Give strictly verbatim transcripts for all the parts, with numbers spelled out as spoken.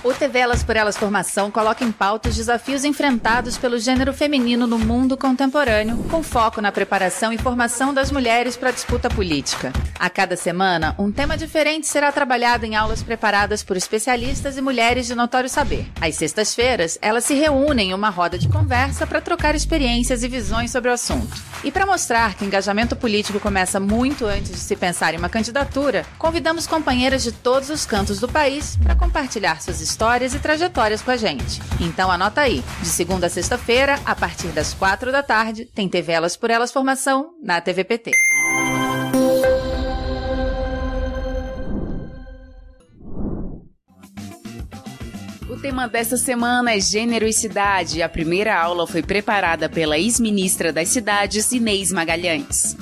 O T V Elas por Elas Formação coloca em pauta os desafios enfrentados pelo gênero feminino no mundo contemporâneo, com foco na preparação e formação das mulheres para a disputa política. A cada semana, um tema diferente será trabalhado em aulas preparadas por especialistas e mulheres de notório saber. Às sextas-feiras, elas se reúnem em uma roda de conversa para trocar experiências e visões sobre o assunto. E para mostrar que o engajamento político começa muito antes de se pensar em uma candidatura, convidamos companheiras de todos os cantos do país para compartilhar suas histórias histórias e trajetórias com a gente. Então anota aí, de segunda a sexta-feira, a partir das quatro da tarde, tem T V Elas por Elas Formação na T V P T. O tema desta semana é Gênero e Cidade. A primeira aula foi preparada pela ex-ministra das Cidades, Inês Magalhães.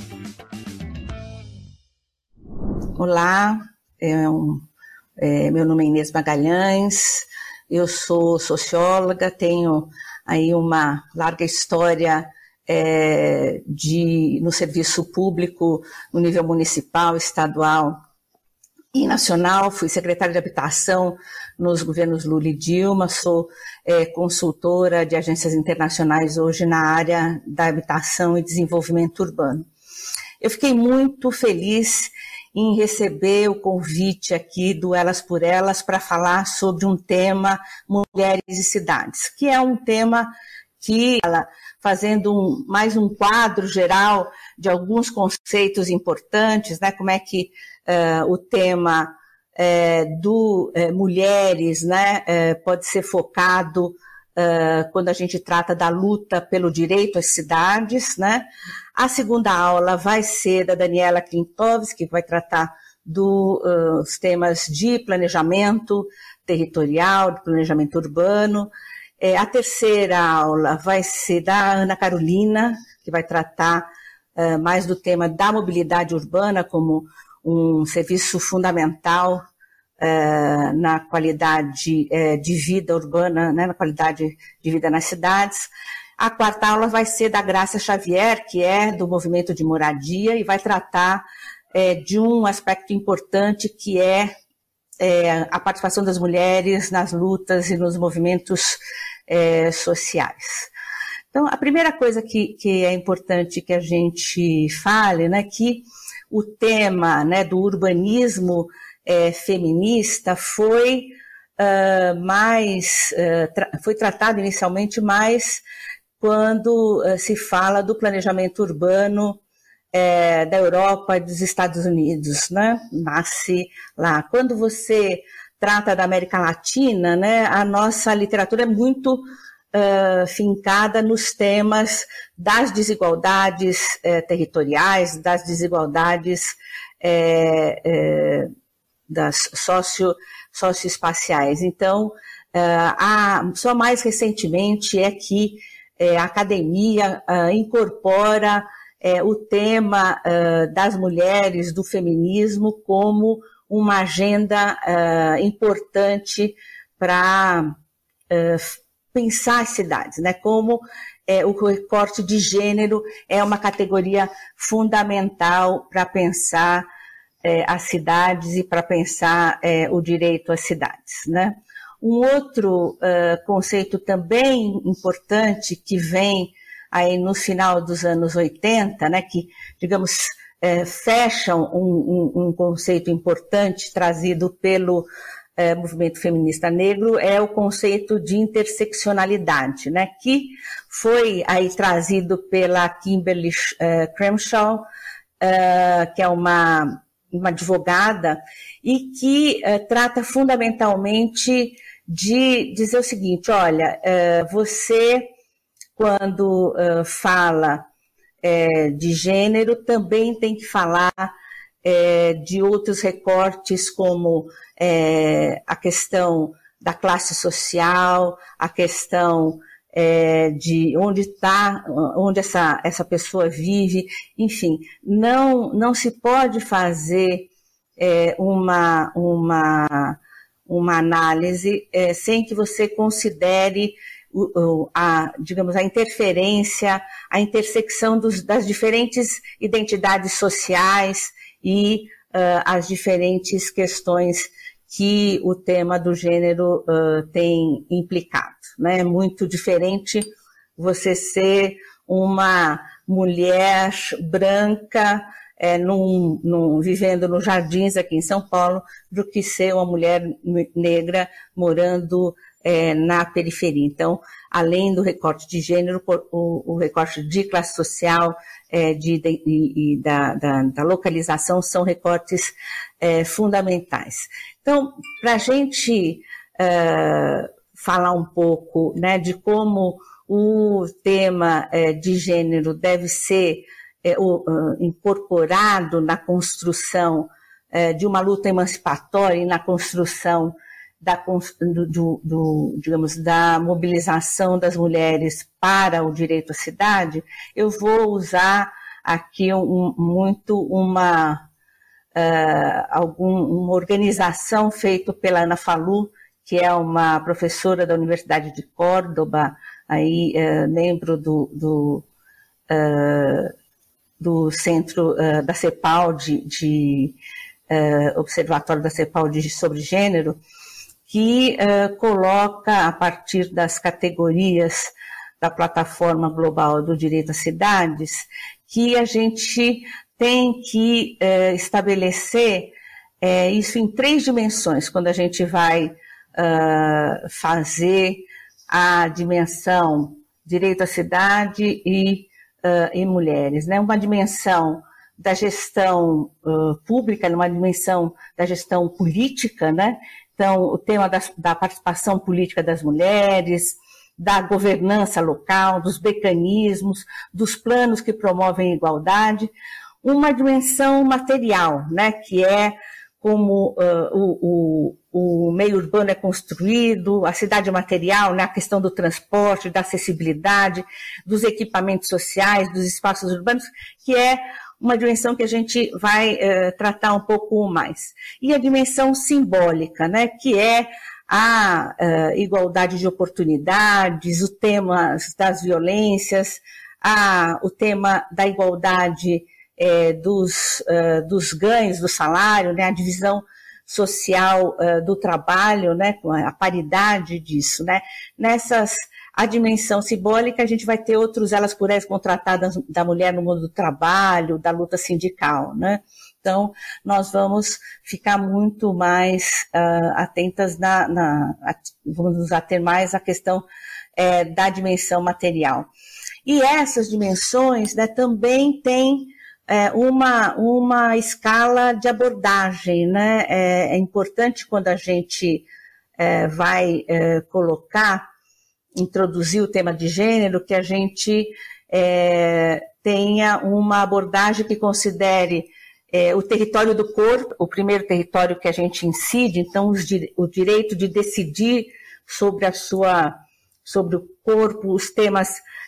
Olá, é um É, meu nome é Inês Magalhães, eu sou socióloga, tenho aí uma larga história é, de, no serviço público, no nível municipal, estadual e nacional. Fui secretária de habitação nos governos Lula e Dilma, sou é, consultora de agências internacionais hoje na área da habitação e desenvolvimento urbano. Eu fiquei muito feliz em receber o convite aqui do Elas por Elas para falar sobre um tema Mulheres e Cidades, que é um tema que, fazendo um, mais um quadro geral de alguns conceitos importantes, né, como é que uh, o tema uh, do uh, mulheres, né, uh, pode ser focado uh, quando a gente trata da luta pelo direito às cidades, né. A segunda aula vai ser da Daniela Klintovski, que vai tratar dos uh, temas de planejamento territorial, de planejamento urbano. É, a terceira aula vai ser da Ana Carolina, que vai tratar uh, mais do tema da mobilidade urbana como um serviço fundamental uh, na qualidade uh, de vida urbana, né, na qualidade de vida nas cidades. A quarta aula vai ser da Graça Xavier, que é do movimento de moradia, e vai tratar é, de um aspecto importante que é, é a participação das mulheres nas lutas e nos movimentos é, sociais. Então, a primeira coisa que, que é importante que a gente fale, né, que o tema, né, do urbanismo é, feminista foi, uh, mais, uh, tra- foi tratado inicialmente mais quando uh, se fala do planejamento urbano é, da Europa e dos Estados Unidos, né? Nasce lá. Quando você trata da América Latina, né, a nossa literatura é muito uh, fincada nos temas das desigualdades eh, territoriais, das desigualdades eh, eh, das socio, socioespaciais. Então, uh, a, só mais recentemente é que a academia uh, incorpora uh, o tema uh, das mulheres, do feminismo, como uma agenda uh, importante para uh, pensar as cidades, né? Como uh, o recorte de gênero é uma categoria fundamental para pensar uh, as cidades e para pensar uh, o direito às cidades, né? Um outro uh, conceito também importante que vem aí no final dos anos oitenta, né, que, digamos, uh, fecham um, um, um conceito importante trazido pelo uh, movimento feminista negro, é o conceito de interseccionalidade, né, que foi aí trazido pela Kimberly uh, Crenshaw, uh, que é uma, uma advogada, e que uh, trata fundamentalmente de dizer o seguinte: olha, você, quando fala de gênero, também tem que falar de outros recortes, como a questão da classe social, a questão de onde está, onde essa, essa pessoa vive, enfim, não, não se pode fazer uma, uma uma análise é, sem que você considere o, o, a, digamos, a interferência, a intersecção dos, das diferentes identidades sociais e uh, as diferentes questões que o tema do gênero uh, tem implicado, né? É muito diferente você ser uma mulher branca é, num, num, vivendo nos Jardins aqui em São Paulo do que ser uma mulher negra morando é, na periferia. Então, além do recorte de gênero, o, o recorte de classe social, é, de, de, e da, da, da localização são recortes é, fundamentais. Então, para a gente uh, falar um pouco, né, de como o tema é, de gênero deve ser é, o, uh, incorporado na construção é, de uma luta emancipatória e na construção da, do, do, do, digamos, da mobilização das mulheres para o direito à cidade, eu vou usar aqui um, muito uma, uh, algum, uma organização feita pela Ana Falú, que é uma professora da Universidade de Córdoba, aí, uh, membro do, do, uh, do centro uh, da CEPAL, de, uh, Observatório da CEPAL de, sobre gênero, que uh, coloca, a partir das categorias da Plataforma Global do Direito às Cidades, que a gente tem que uh, estabelecer uh, isso em três dimensões, quando a gente vai uh, fazer a dimensão direito à cidade e, uh, e mulheres, né? Uma dimensão da gestão uh, pública, uma dimensão da gestão política, né? Então, o tema da, da participação política das mulheres, da governança local, dos mecanismos, dos planos que promovem a igualdade, uma dimensão material, né? Que é como uh, o, o, o meio urbano é construído, a cidade material, né, a questão do transporte, da acessibilidade, dos equipamentos sociais, dos espaços urbanos, que é uma dimensão que a gente vai uh, tratar um pouco mais. E a dimensão simbólica, né, que é a uh, igualdade de oportunidades, o tema das violências, a, o tema da igualdade É, dos, uh, dos ganhos do salário, né, a divisão social uh, do trabalho, né, com a paridade disso, né, nessas, a dimensão simbólica a gente vai ter outros elas por elas contratadas da mulher no mundo do trabalho, da luta sindical, né, então nós vamos ficar muito mais uh, atentas na, na, vamos nos ater mais à questão é, da dimensão material. E essas dimensões, né, também têm É uma, uma escala de abordagem, né? É, é importante quando a gente é, vai é, colocar, introduzir o tema de gênero, que a gente é, tenha uma abordagem que considere é, o território do corpo, o primeiro território que a gente incide, então os, o direito de decidir sobre a sua, sobre o corpo, os temas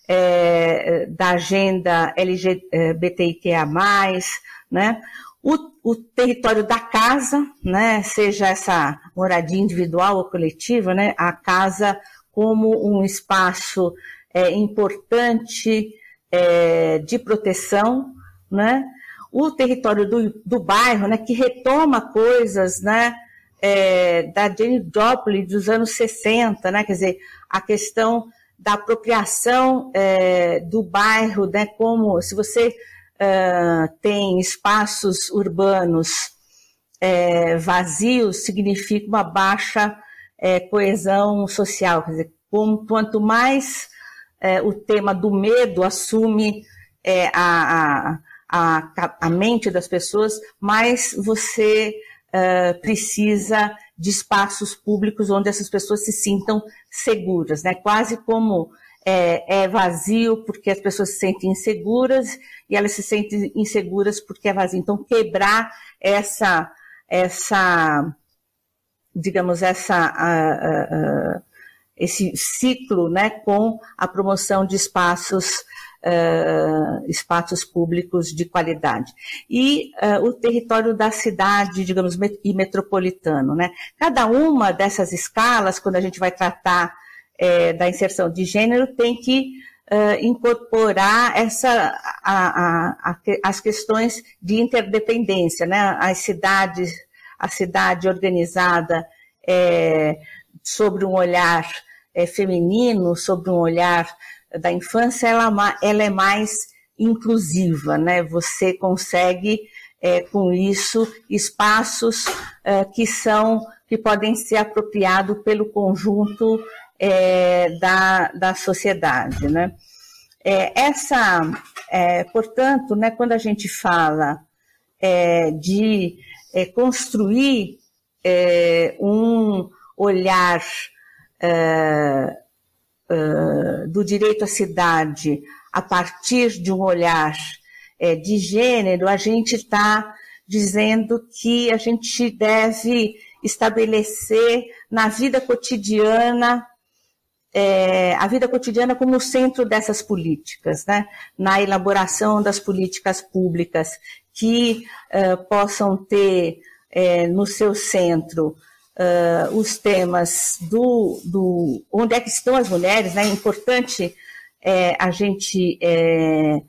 É, da agenda L G B T I Q A mais, né? O, o território da casa, né? Seja essa moradia individual ou coletiva, né? A casa como um espaço é, importante é, de proteção, né? O território do, do bairro, né? Que retoma coisas, né? É, da Jane Joplin dos anos sessenta, né? Quer dizer, a questão da apropriação é, do bairro, né, como se você uh, tem espaços urbanos é, vazios, significa uma baixa é, coesão social, quer dizer, como, quanto mais é, o tema do medo assume é, a, a, a, a mente das pessoas, mais você uh, precisa de espaços públicos onde essas pessoas se sintam seguras, né? Quase como é, é vazio porque as pessoas se sentem inseguras e elas se sentem inseguras porque é vazio. Então, quebrar essa, essa digamos, essa, a, a, a, esse ciclo, né, com a promoção de espaços Uh, espaços públicos de qualidade. E uh, o território da cidade, digamos, met- e metropolitano, né? Cada uma dessas escalas, quando a gente vai tratar eh, da inserção de gênero, tem que uh, incorporar essa, a, a, a, as questões de interdependência, né? As cidades, a cidade organizada é, sobre um olhar é, feminino, sobre um olhar da infância, ela, ela é mais inclusiva, né? Você consegue, é, com isso, espaços é, que são, que podem ser apropriados pelo conjunto é, da, da sociedade, né? É, essa, é, portanto, né, quando a gente fala é, de é, construir é, um olhar é, é, do direito à cidade a partir de um olhar é, de gênero, a gente está dizendo que a gente deve estabelecer na vida cotidiana É, a vida cotidiana como o centro dessas políticas, né? Na elaboração das políticas públicas que uh, possam ter uh, no seu centro uh, os temas do, do onde é que estão as mulheres, né? É importante uh, a gente uh,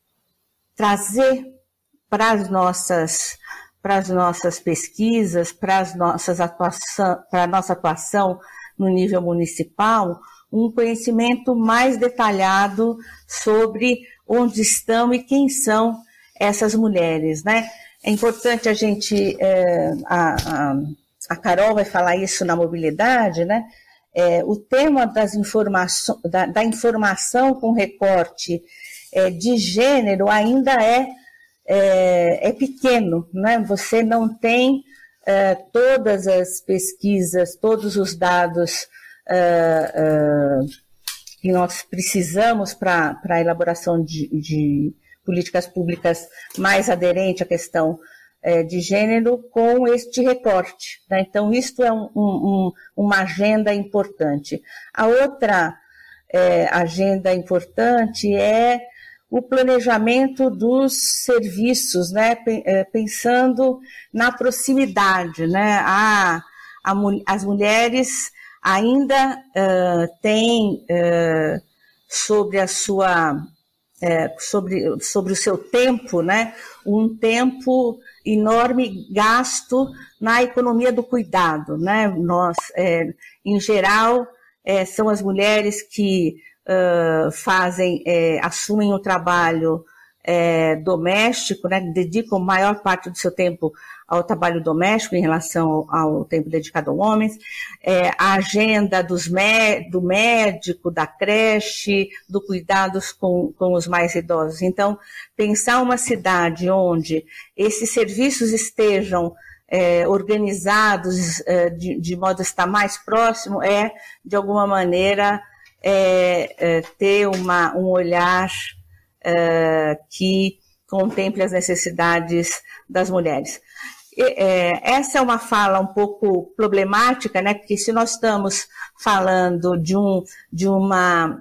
trazer para as nossas para as nossas pesquisas, para as nossas atuação, para a nossa atuação no nível municipal, um conhecimento mais detalhado sobre onde estão e quem são essas mulheres, né? É importante a gente, é, a, a, a Carol vai falar isso na mobilidade, né? É, o tema das informações, da, da informação com recorte é, de gênero ainda é, é, é pequeno, né? Você não tem Uh, todas as pesquisas, todos os dados uh, uh, que nós precisamos para a elaboração de, de políticas públicas mais aderente à questão uh, de gênero com este recorte, né? Então, isto é um, um, uma agenda importante. A outra uh, agenda importante é o planejamento dos serviços, né, pensando na proximidade, né, a, a, as mulheres ainda uh, têm uh, sobre a sua, uh, sobre, sobre o seu tempo, né, um tempo enorme gasto na economia do cuidado, né, nós, é, em geral, é, são as mulheres que Uh, fazem, é, assumem o trabalho é, doméstico, né, dedicam a maior parte do seu tempo ao trabalho doméstico em relação ao, ao tempo dedicado aos homens, é, a agenda dos mé- do médico, da creche, do cuidados com, com os mais idosos. Então, pensar uma cidade onde esses serviços estejam é, organizados é, de, de modo a estar mais próximo é, de alguma maneira, É, é, ter uma, um olhar é, que contemple as necessidades das mulheres. E, é, essa é uma fala um pouco problemática, né? Porque se nós estamos falando de, um, de, uma,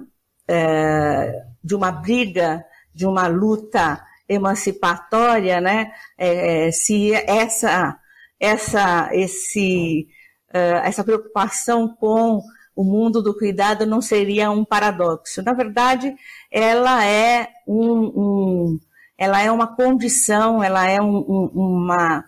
é, de uma briga, de uma luta emancipatória, né? É, se essa, essa, esse, é, essa preocupação com o mundo do cuidado não seria um paradoxo. Na verdade, ela é, um, um, ela é uma condição, ela é um, um, uma,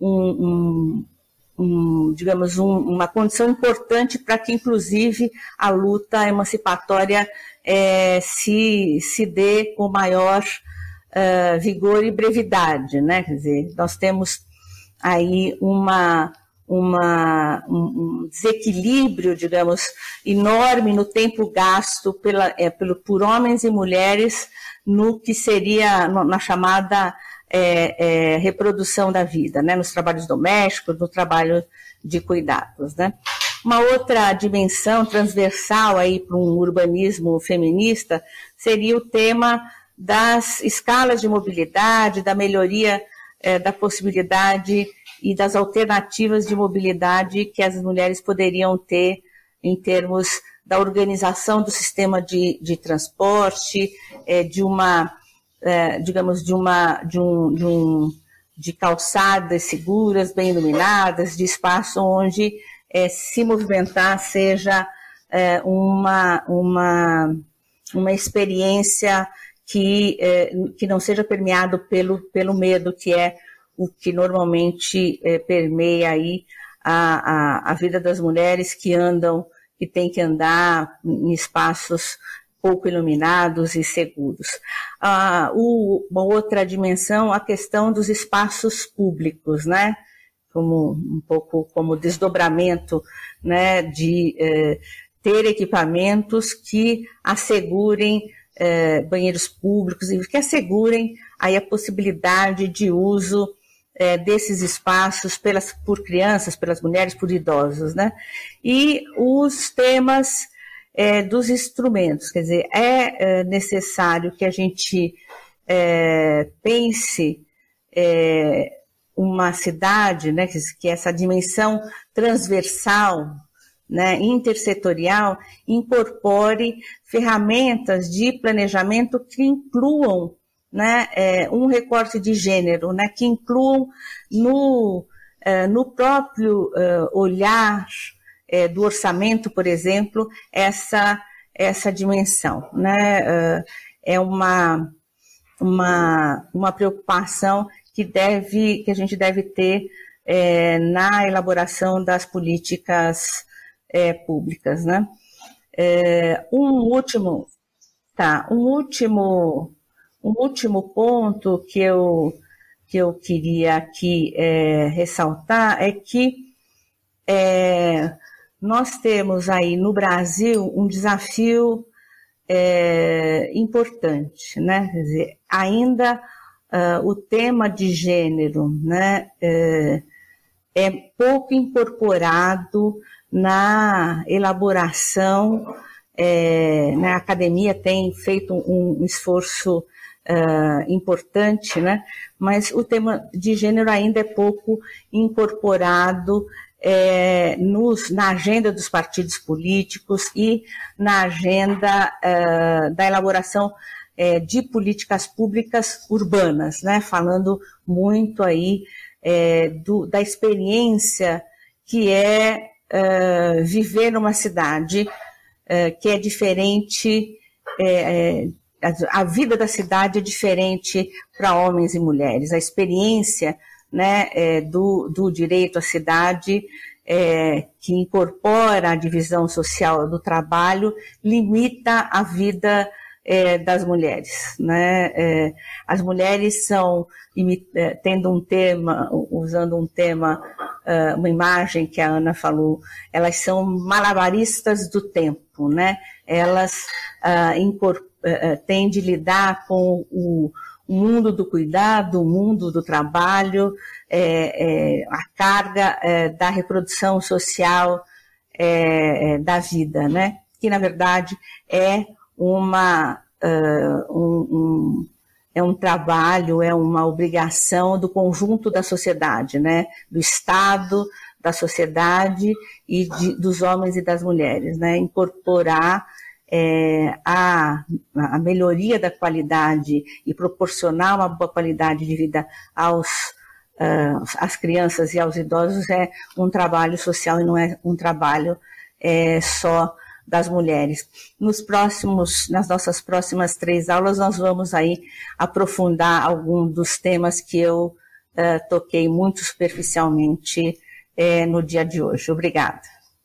um, um, digamos, um, uma condição importante para que, inclusive, a luta emancipatória é, se, se dê com maior uh, vigor e brevidade, né? Quer dizer, nós temos aí uma... Uma, um, um desequilíbrio, digamos, enorme no tempo gasto pela, é, pelo, por homens e mulheres no que seria, no, na chamada é, é, reprodução da vida, né, nos trabalhos domésticos, no trabalho de cuidados, né. Uma outra dimensão transversal aí para um urbanismo feminista seria o tema das escalas de mobilidade, da melhoria é, da possibilidade e das alternativas de mobilidade que as mulheres poderiam ter em termos da organização do sistema de, de transporte, é, de uma, é, digamos, de uma, de um, de um, de calçadas seguras, bem iluminadas, de espaço onde é, se movimentar seja é, uma, uma, uma experiência que, é, que não seja permeado pelo, pelo medo, que é o que normalmente é, permeia aí a, a, a vida das mulheres que andam, que têm que andar em espaços pouco iluminados e seguros. Ah, o, uma outra dimensão, a questão dos espaços públicos, né? Como, um pouco como desdobramento, né? De eh, ter equipamentos que assegurem eh, banheiros públicos e que assegurem aí a possibilidade de uso eh, desses espaços pelas, por crianças, pelas mulheres, por idosos, né? E os temas É, dos instrumentos, quer dizer, é, é necessário que a gente é, pense é, uma cidade, né, que, que essa dimensão transversal, né, intersetorial, incorpore ferramentas de planejamento que incluam, né, é, um recorte de gênero, né, que incluam no, é, no próprio é, olhar É, do orçamento, por exemplo, essa, essa dimensão, né? É uma, uma, uma preocupação que, deve, que a gente deve ter é, na elaboração das políticas é, públicas, né? É, um último, tá, um último, um último ponto que eu, que eu queria aqui é, ressaltar é que é, nós temos aí no Brasil um desafio é, importante, né? Quer dizer, ainda uh, o tema de gênero, né, é, é pouco incorporado na elaboração, é, né? A academia tem feito um, um esforço uh, importante, né? Mas o tema de gênero ainda é pouco incorporado É, nos, na agenda dos partidos políticos e na agenda uh, da elaboração uh, de políticas públicas urbanas, né? Falando muito aí uh, do, da experiência que é uh, viver numa cidade uh, que é diferente, uh, a, a vida da cidade é diferente para homens e mulheres, a experiência, né, é, do, do direito à cidade, é, que incorpora a divisão social do trabalho, limita a vida é, das mulheres, né? É, as mulheres são, é, tendo um tema, usando um tema, é, uma imagem que a Ana falou, elas são malabaristas do tempo, né? Elas é, incorpor, é, têm de lidar com o o mundo do cuidado, o mundo do trabalho, é, é, a carga é, da reprodução social é, é, da vida, né? Que, na verdade, é, uma, uh, um, um, é um trabalho, é uma obrigação do conjunto da sociedade, né? Do Estado, da sociedade e de, dos homens e das mulheres, né? Incorporar É, a, a melhoria da qualidade e proporcionar uma boa qualidade de vida aos, uh, às crianças e aos idosos é um trabalho social e não é um trabalho é, só das mulheres. Nos próximos, nas nossas próximas três aulas nós vamos aí aprofundar algum dos temas que eu uh, toquei muito superficialmente uh, no dia de hoje. Obrigada.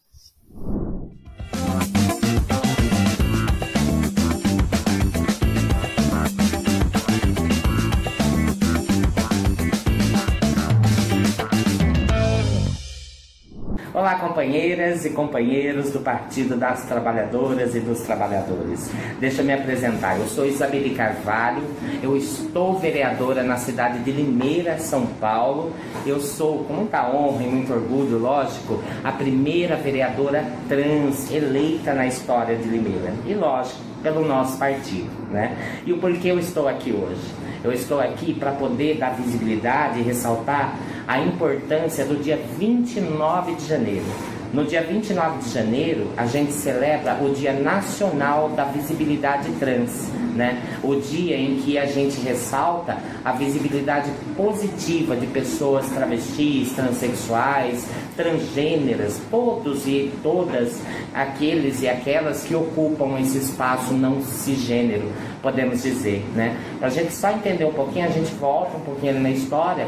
Olá, companheiras e companheiros do Partido das Trabalhadoras e dos Trabalhadores. Deixa eu me apresentar. Eu sou Isabeli Carvalho, eu estou vereadora na cidade de Limeira, São Paulo. Eu sou, com muita honra e muito orgulho, lógico, a primeira vereadora trans eleita na história de Limeira. E, lógico, pelo nosso partido, né? E o porquê eu estou aqui hoje? Eu estou aqui para poder dar visibilidade e ressaltar a importância do dia vinte e nove de janeiro. No dia vinte e nove de janeiro, a gente celebra o Dia Nacional da Visibilidade Trans, né? O dia em que a gente ressalta a visibilidade positiva de pessoas travestis, transexuais, transgêneras, todos e todas aqueles e aquelas que ocupam esse espaço não cisgênero, podemos dizer, né? Para a gente só entender um pouquinho, a gente volta um pouquinho na história.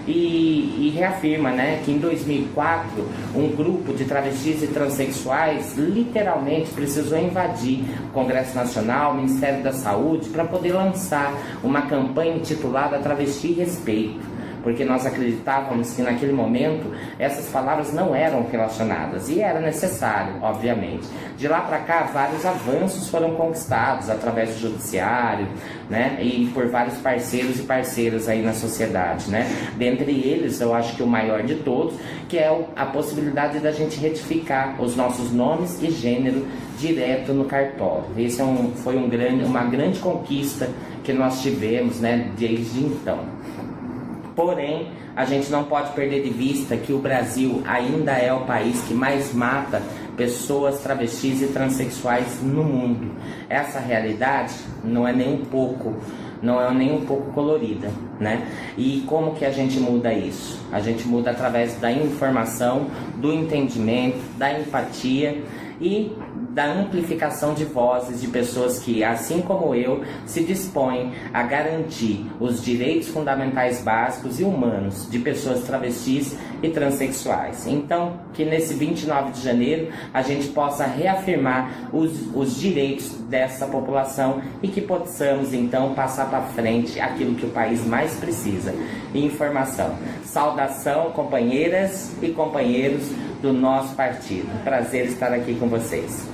e, e reafirma, né, que em dois mil e quatro um grupo de travestis e transexuais literalmente precisou invadir o Congresso Nacional, o Ministério da Saúde, para poder lançar uma campanha intitulada Travesti Respeito, porque nós acreditávamos que naquele momento essas palavras não eram relacionadas, e era necessário, obviamente. De lá para cá, vários avanços foram conquistados através do judiciário, né, e por vários parceiros e parceiras aí na sociedade, né. Dentre eles, eu acho que o maior de todos, que é a possibilidade da gente retificar os nossos nomes e gênero direto no cartório. Esse é um, foi um grande, uma grande conquista que nós tivemos, né, desde então. Porém, a gente não pode perder de vista que o Brasil ainda é o país que mais mata pessoas travestis e transexuais no mundo. Essa realidade não é nem um pouco, não é nem um pouco colorida, né? E como que a gente muda isso? A gente muda através da informação, do entendimento, da empatia e da amplificação de vozes de pessoas que, assim como eu, se dispõem a garantir os direitos fundamentais básicos e humanos de pessoas travestis e transexuais. Então, que nesse vinte e nove de janeiro a gente possa reafirmar os, os direitos dessa população e que possamos, então, passar para frente aquilo que o país mais precisa: informação. Saudação, companheiras e companheiros do nosso partido. Prazer estar aqui com vocês.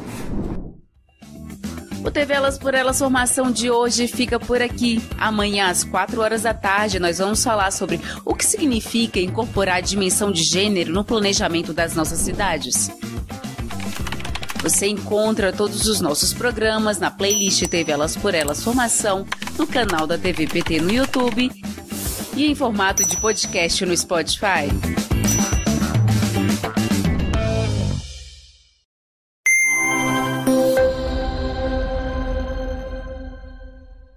O T V Elas por Elas Formação de hoje fica por aqui. Amanhã, às quatro horas da tarde, nós vamos falar sobre o que significa incorporar a dimensão de gênero no planejamento das nossas cidades. Você encontra todos os nossos programas na playlist T V Elas por Elas Formação, no canal da T V P T no YouTube e em formato de podcast no Spotify.